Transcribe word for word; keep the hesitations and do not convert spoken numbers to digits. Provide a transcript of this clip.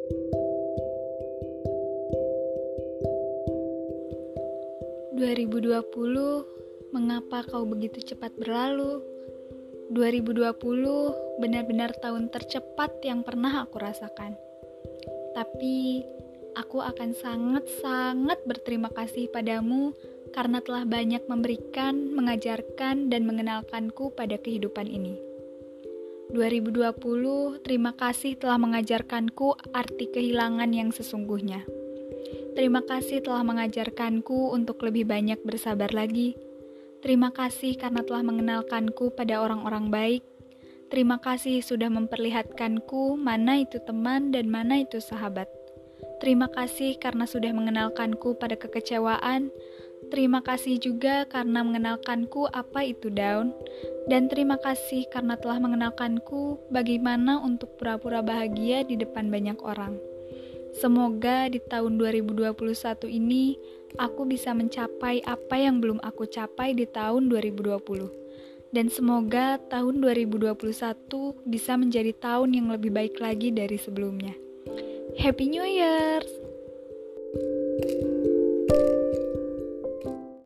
dua ribu dua puluh, mengapa kau begitu cepat berlalu? dua ribu dua puluh benar-benar tahun tercepat yang pernah aku rasakan. Tapi, aku akan sangat-sangat berterima kasih padamu karena telah banyak memberikan, mengajarkan, dan mengenalkanku pada kehidupan ini. dua ribu dua puluh, terima kasih telah mengajarkanku arti kehilangan yang sesungguhnya. Terima kasih telah mengajarkanku untuk lebih banyak bersabar lagi. Terima kasih karena telah mengenalkanku pada orang-orang baik. Terima kasih sudah memperlihatkanku mana itu teman dan mana itu sahabat. Terima kasih karena sudah mengenalkanku pada kekecewaan. Terima kasih juga karena mengenalkanku apa itu down. Dan terima kasih karena telah mengenalkanku bagaimana untuk pura-pura bahagia di depan banyak orang. Semoga di tahun dua ribu dua puluh satu ini, aku bisa mencapai apa yang belum aku capai di tahun dua ribu dua puluh. Dan semoga tahun dua ribu dua puluh satu bisa menjadi tahun yang lebih baik lagi dari sebelumnya. Happy New Year!